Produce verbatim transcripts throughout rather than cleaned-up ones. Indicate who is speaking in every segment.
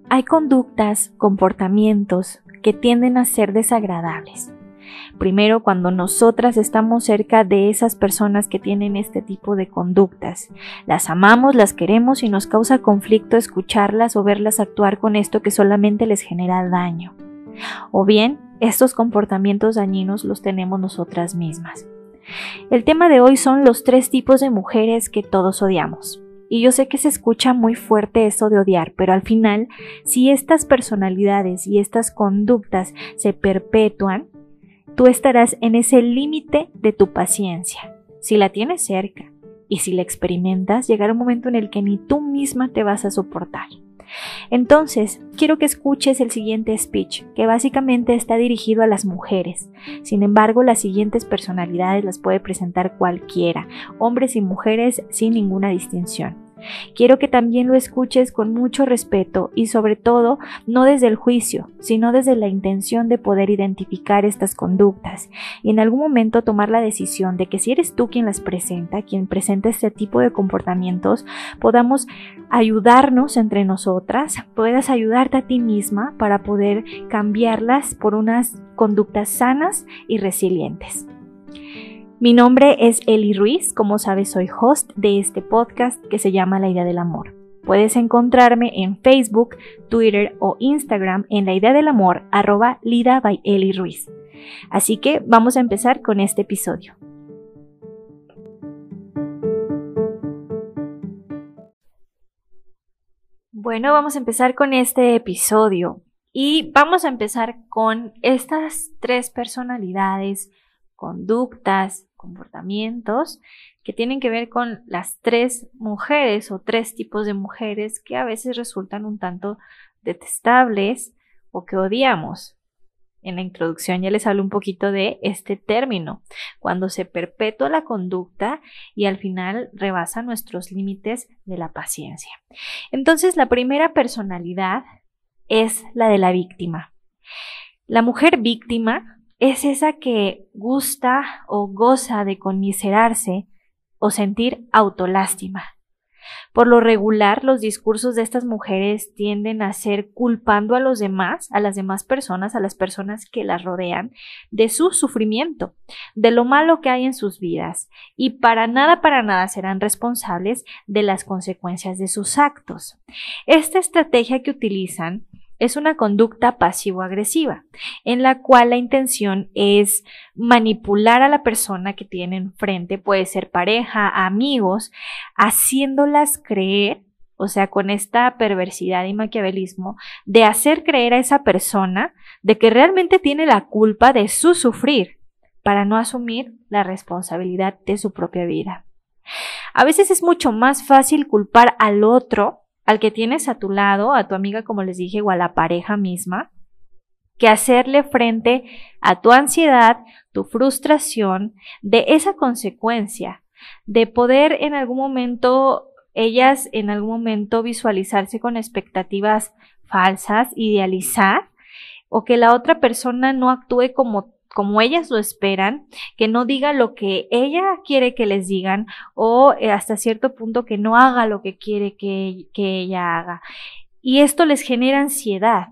Speaker 1: hay conductas, comportamientos que tienden a ser desagradables. Primero, cuando nosotras estamos cerca de esas personas que tienen este tipo de conductas. Las amamos, las queremos y nos causa conflicto escucharlas o verlas actuar con esto que solamente les genera daño. O bien, estos comportamientos dañinos los tenemos nosotras mismas. El tema de hoy son los tres tipos de mujeres que todos odiamos. Y yo sé que se escucha muy fuerte eso de odiar, pero al final, si estas personalidades y estas conductas se perpetúan, tú estarás en ese límite de tu paciencia. Si la tienes cerca y si la experimentas, llegará un momento en el que ni tú misma te vas a soportar. Entonces, quiero que escuches el siguiente speech, que básicamente está dirigido a las mujeres. Sin embargo, las siguientes personalidades las puede presentar cualquiera, hombres y mujeres sin ninguna distinción. Quiero que también lo escuches con mucho respeto y sobre todo no desde el juicio, sino desde la intención de poder identificar estas conductas y en algún momento tomar la decisión de que si eres tú quien las presenta, quien presenta este tipo de comportamientos, podamos ayudarnos entre nosotras, puedas ayudarte a ti misma para poder cambiarlas por unas conductas sanas y resilientes. Mi nombre es Eli Ruiz, como sabes soy host de este podcast que se llama La Idea del Amor. Puedes encontrarme en Facebook, Twitter o Instagram en La Idea del Amor, arroba Lida by Eli Ruiz. Así que vamos a empezar con este episodio. Bueno, vamos a empezar con este episodio y vamos a empezar con estas tres personalidades, conductas, comportamientos que tienen que ver con las tres mujeres o tres tipos de mujeres que a veces resultan un tanto detestables o que odiamos. En la introducción ya les hablo un poquito de este término, cuando se perpetúa la conducta y al final rebasa nuestros límites de la paciencia. Entonces, la primera personalidad es la de la víctima. La mujer víctima es esa que gusta o goza de conmiserarse o sentir autolástima. Por lo regular, los discursos de estas mujeres tienden a ser culpando a los demás, a las demás personas, a las personas que las rodean, de su sufrimiento, de lo malo que hay en sus vidas, y para nada, para nada serán responsables de las consecuencias de sus actos. Esta estrategia que utilizan es una conducta pasivo-agresiva, en la cual la intención es manipular a la persona que tienen enfrente, puede ser pareja, amigos, haciéndolas creer, o sea, con esta perversidad y maquiavelismo, de hacer creer a esa persona de que realmente tiene la culpa de su sufrir, para no asumir la responsabilidad de su propia vida. A veces es mucho más fácil culpar al otro, al que tienes a tu lado, a tu amiga, como les dije, o a la pareja misma, que hacerle frente a tu ansiedad, tu frustración, de esa consecuencia, de poder en algún momento, ellas en algún momento visualizarse con expectativas falsas, idealizar, o que la otra persona no actúe como como ellas lo esperan, que no diga lo que ella quiere que les digan o eh, hasta cierto punto que no haga lo que quiere que, que ella haga. Y esto les genera ansiedad.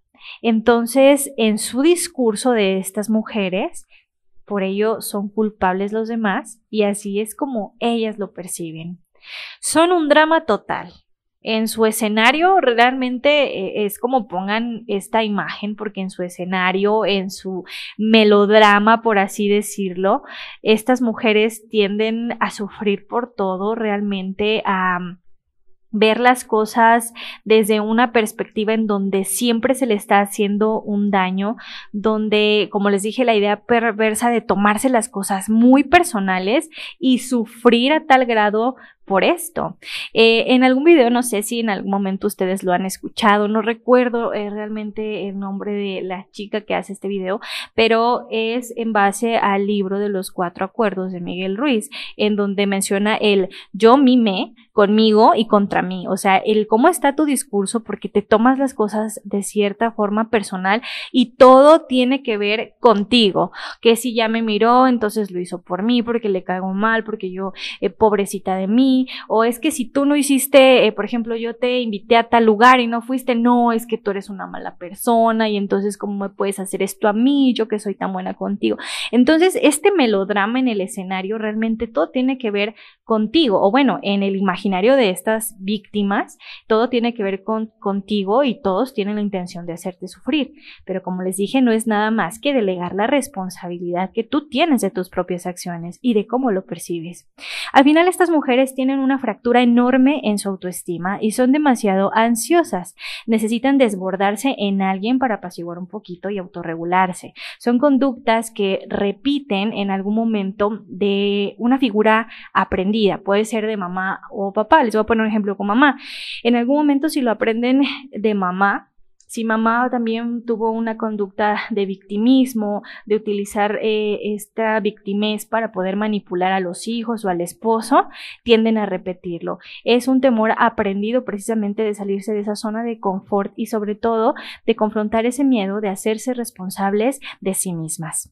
Speaker 1: Entonces, en su discurso de estas mujeres, por ello son culpables los demás y así es como ellas lo perciben. Son un drama total. En su escenario realmente es como pongan esta imagen, porque en su escenario, en su melodrama, por así decirlo, estas mujeres tienden a sufrir por todo, realmente a ver las cosas desde una perspectiva en donde siempre se le está haciendo un daño, donde, como les dije, la idea perversa de tomarse las cosas muy personales y sufrir a tal grado por esto. Eh, en algún video, no sé si en algún momento ustedes lo han escuchado, no recuerdo eh, realmente el nombre de la chica que hace este video, pero es en base al libro de los cuatro acuerdos de Miguel Ruiz, en donde menciona el yo, mi, me, conmigo y contra mí, o sea, el cómo está tu discurso, porque te tomas las cosas de cierta forma personal y todo tiene que ver contigo, que si ya me miró, entonces lo hizo por mí, porque le caigo mal, porque yo, eh, pobrecita de mí, mí, o es que si tú no hiciste, eh, por ejemplo, yo te invité a tal lugar y no fuiste, no, es que tú eres una mala persona y entonces ¿cómo me puedes hacer esto a mí, yo que soy tan buena contigo? Entonces, este melodrama en el escenario realmente todo tiene que ver contigo, o bueno, en el imaginario de estas víctimas, todo tiene que ver con contigo y todos tienen la intención de hacerte sufrir, pero como les dije, no es nada más que delegar la responsabilidad que tú tienes de tus propias acciones y de cómo lo percibes. Al final, estas mujeres tienen una fractura enorme en su autoestima y son demasiado ansiosas, necesitan desbordarse en alguien para apaciguar un poquito y autorregularse. Son conductas que repiten en algún momento de una figura aprendida, puede ser de mamá o papá. Les voy a poner un ejemplo con mamá. En algún momento, si lo aprenden de mamá, si mamá también tuvo una conducta de victimismo, de utilizar eh, esta victimez para poder manipular a los hijos o al esposo, tienden a repetirlo. Es un temor aprendido precisamente de salirse de esa zona de confort y sobre todo de confrontar ese miedo de hacerse responsables de sí mismas.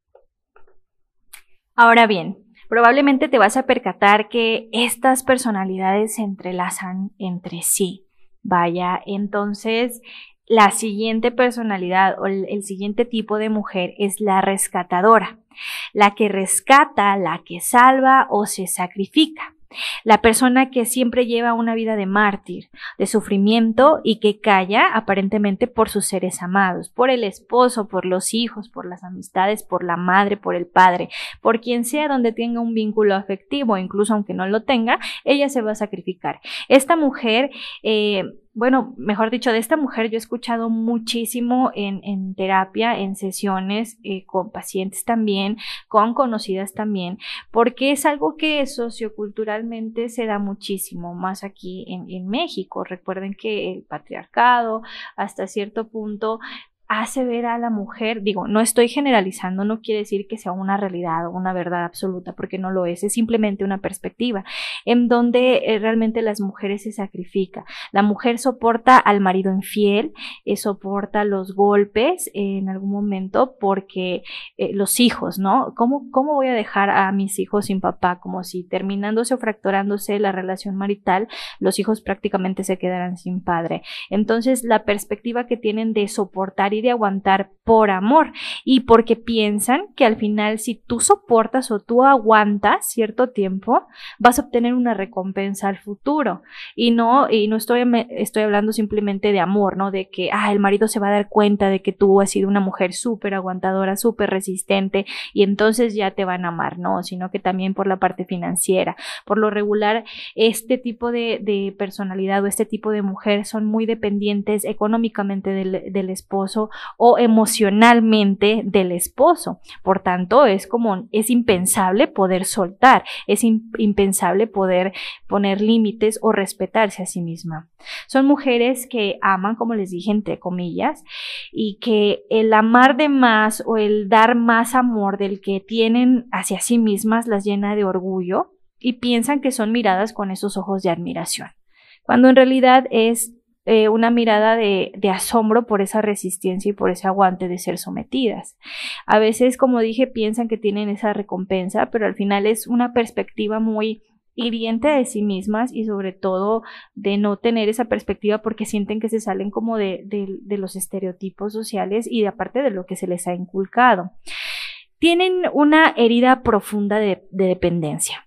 Speaker 1: Ahora bien, probablemente te vas a percatar que estas personalidades se entrelazan entre sí. Vaya, entonces la siguiente personalidad o el, el siguiente tipo de mujer es la rescatadora, la que rescata, la que salva o se sacrifica. La persona que siempre lleva una vida de mártir, de sufrimiento y que calla aparentemente por sus seres amados, por el esposo, por los hijos, por las amistades, por la madre, por el padre, por quien sea donde tenga un vínculo afectivo, incluso aunque no lo tenga, ella se va a sacrificar. Esta mujer, eh, bueno, mejor dicho, de esta mujer yo he escuchado muchísimo en, en terapia, en sesiones, eh, con pacientes también, con conocidas también, porque es algo que socioculturalmente se da muchísimo, más aquí en, en México. Recuerden que el patriarcado hasta cierto punto hace ver a la mujer, digo, no estoy generalizando, no quiere decir que sea una realidad o una verdad absoluta, porque no lo es, es simplemente una perspectiva en donde eh, realmente las mujeres se sacrifican. La mujer soporta al marido infiel, eh, soporta los golpes eh, en algún momento porque eh, los hijos, ¿no? ¿Cómo, ¿Cómo voy a dejar a mis hijos sin papá? Como si terminándose o fracturándose la relación marital, los hijos prácticamente se quedaran sin padre. Entonces, la perspectiva que tienen de soportar y de aguantar por amor y porque piensan que al final si tú soportas o tú aguantas cierto tiempo vas a obtener una recompensa al futuro y no y no estoy estoy hablando simplemente de amor, no de que ah el marido se va a dar cuenta de que tú has sido una mujer súper aguantadora, súper resistente y entonces ya te van a amar, no, sino que también por la parte financiera. Por lo regular este tipo de, de personalidad o este tipo de mujer son muy dependientes económicamente del, del esposo o emocionalmente del esposo. Por tanto, es como, es impensable poder soltar, es in, impensable poder poner límites o respetarse a sí misma. Son mujeres que aman, como les dije, entre comillas, y que el amar de más o el dar más amor del que tienen hacia sí mismas las llena de orgullo y piensan que son miradas con esos ojos de admiración, cuando en realidad es Eh, una mirada de, de asombro por esa resistencia y por ese aguante de ser sometidas. A veces, como dije, piensan que tienen esa recompensa, pero al final es una perspectiva muy hiriente de sí mismas y sobre todo de no tener esa perspectiva porque sienten que se salen como de, de, de los estereotipos sociales y de aparte de lo que se les ha inculcado. Tienen una herida profunda de, de dependencia.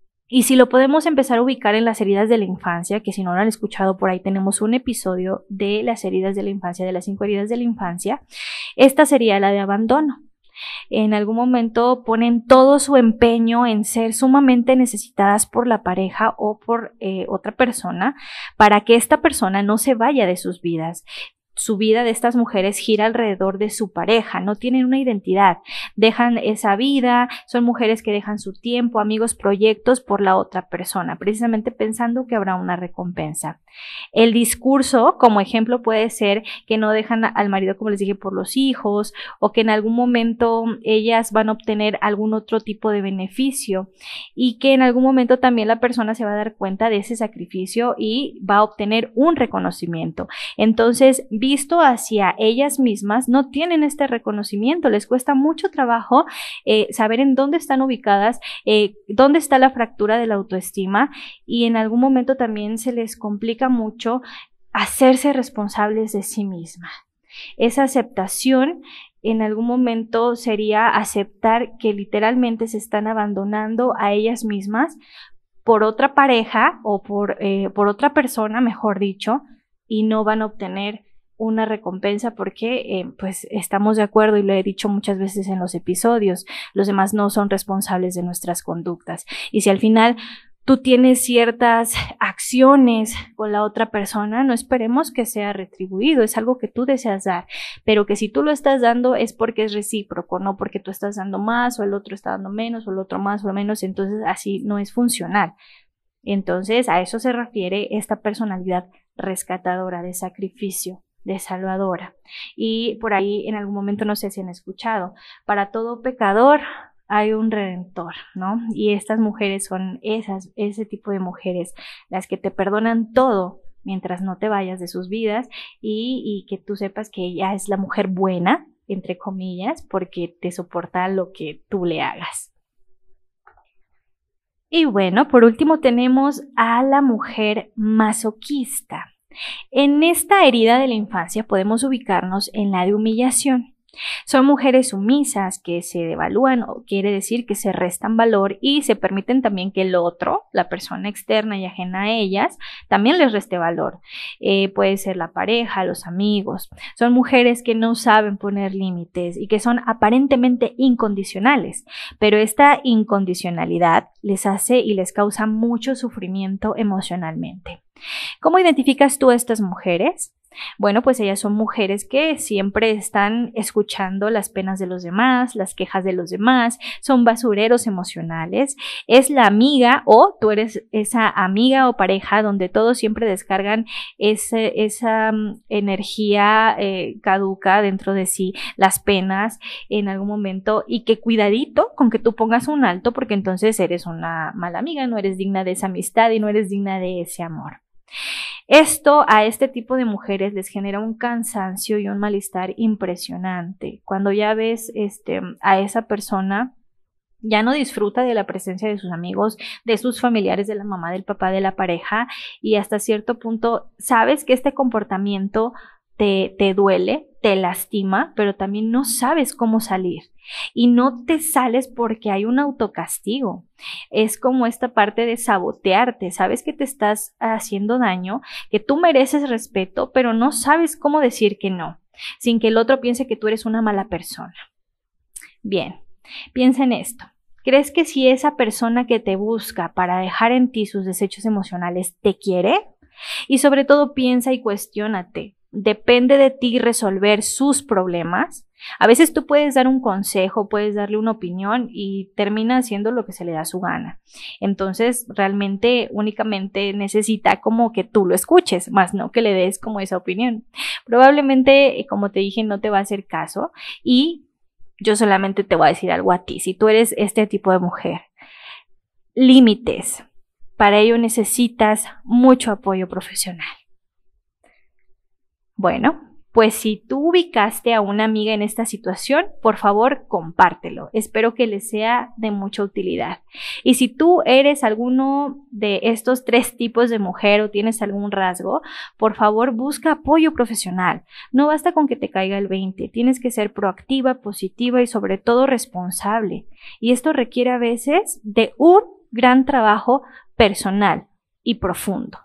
Speaker 1: Y si lo podemos empezar a ubicar en las heridas de la infancia, que si no lo han escuchado por ahí tenemos un episodio de las heridas de la infancia, de las cinco heridas de la infancia, esta sería la de abandono. En algún momento ponen todo su empeño en ser sumamente necesitadas por la pareja o por eh, otra persona para que esta persona no se vaya de sus vidas. Su vida de estas mujeres gira alrededor de su pareja, no tienen una identidad, dejan esa vida, son mujeres que dejan su tiempo, amigos, proyectos por la otra persona, precisamente pensando que habrá una recompensa. El discurso, como ejemplo, puede ser que no dejan al marido, como les dije, por los hijos, o que en algún momento ellas van a obtener algún otro tipo de beneficio, y que en algún momento también la persona se va a dar cuenta de ese sacrificio y va a obtener un reconocimiento. Entonces, visto hacia ellas mismas, no tienen este reconocimiento, les cuesta mucho trabajo eh, saber en dónde están ubicadas, eh, dónde está la fractura de la autoestima, y en algún momento también se les complica mucho hacerse responsables de sí mismas. Esa aceptación en algún momento sería aceptar que literalmente se están abandonando a ellas mismas por otra pareja o por, eh, por otra persona, mejor dicho, y no van a obtener una recompensa porque eh, pues estamos de acuerdo, y lo he dicho muchas veces en los episodios, los demás no son responsables de nuestras conductas. Y si al final tú tienes ciertas acciones con la otra persona, no esperemos que sea retribuido, es algo que tú deseas dar, pero que si tú lo estás dando es porque es recíproco, no porque tú estás dando más o el otro está dando menos o el otro más o menos, entonces así no es funcional. Entonces a eso se refiere esta personalidad rescatadora, de sacrificio, de salvadora. Y por ahí en algún momento, no sé si han escuchado, para todo pecador hay un redentor, ¿no? Y estas mujeres son esas, ese tipo de mujeres, las que te perdonan todo mientras no te vayas de sus vidas, y, y que tú sepas que ella es la mujer buena, entre comillas, porque te soporta lo que tú le hagas. Y bueno, por último tenemos a la mujer masoquista. En esta herida de la infancia podemos ubicarnos en la de humillación. Son mujeres sumisas que se devalúan, o quiere decir que se restan valor, y se permiten también que el otro, la persona externa y ajena a ellas, también les reste valor. Eh, puede ser la pareja, los amigos. Son mujeres que no saben poner límites y que son aparentemente incondicionales, pero esta incondicionalidad les hace y les causa mucho sufrimiento emocionalmente. ¿Cómo identificas tú a estas mujeres? Bueno, pues ellas son mujeres que siempre están escuchando las penas de los demás, las quejas de los demás, son basureros emocionales, es la amiga, o tú eres esa amiga o pareja donde todos siempre descargan ese, esa um, energía eh, caduca dentro de sí, las penas en algún momento, y que cuidadito con que tú pongas un alto, porque entonces eres una mala amiga, no eres digna de esa amistad y no eres digna de ese amor. Esto a este tipo de mujeres les genera un cansancio y un malestar impresionante. Cuando ya ves este, a esa persona, ya no disfruta de la presencia de sus amigos, de sus familiares, de la mamá, del papá, de la pareja, y hasta cierto punto sabes que este comportamiento te, te duele, te lastima, pero también no sabes cómo salir. Y no te sales porque hay un autocastigo. Es como esta parte de sabotearte. Sabes que te estás haciendo daño, que tú mereces respeto, pero no sabes cómo decir que no, sin que el otro piense que tú eres una mala persona. Bien, piensa en esto. ¿Crees que si esa persona que te busca para dejar en ti sus desechos emocionales te quiere? Y sobre todo piensa y cuestiónate. ¿Depende de ti resolver sus problemas? A veces tú puedes dar un consejo, puedes darle una opinión y termina haciendo lo que se le da su gana. Entonces, realmente únicamente necesita como que tú lo escuches, más no que le des como esa opinión. Probablemente, como te dije, no te va a hacer caso, y yo solamente te voy a decir algo a ti. Si tú eres este tipo de mujer, límites. Para ello necesitas mucho apoyo profesional. Bueno, pues si tú ubicaste a una amiga en esta situación, por favor, compártelo. Espero que les sea de mucha utilidad. Y si tú eres alguno de estos tres tipos de mujer o tienes algún rasgo, por favor, busca apoyo profesional. No basta con que te caiga el veinte. Tienes que ser proactiva, positiva y sobre todo responsable. Y esto requiere a veces de un gran trabajo personal y profundo.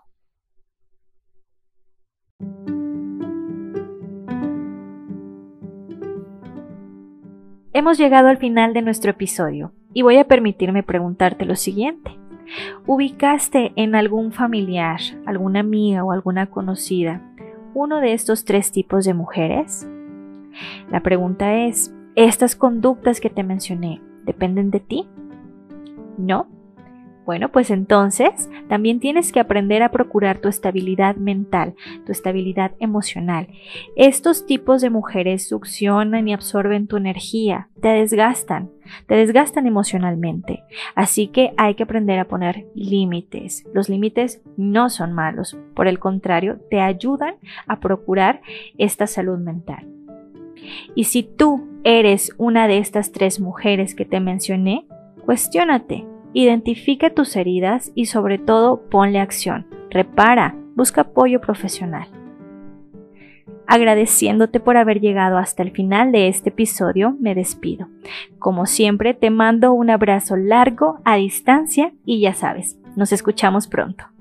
Speaker 1: Hemos llegado al final de nuestro episodio y voy a permitirme preguntarte lo siguiente. ¿Ubicaste en algún familiar, alguna amiga o alguna conocida uno de estos tres tipos de mujeres? La pregunta es, ¿estas conductas que te mencioné dependen de ti? ¿No? Bueno, pues entonces también tienes que aprender a procurar tu estabilidad mental, tu estabilidad emocional. Estos tipos de mujeres succionan y absorben tu energía, te desgastan, te desgastan emocionalmente. Así que hay que aprender a poner límites. Los límites no son malos, por el contrario, te ayudan a procurar esta salud mental. Y si tú eres una de estas tres mujeres que te mencioné, cuestiónate. Identifica tus heridas y sobre todo ponle acción, repara, busca apoyo profesional. Agradeciéndote por haber llegado hasta el final de este episodio, me despido. Como siempre, te mando un abrazo largo a distancia y ya sabes, nos escuchamos pronto.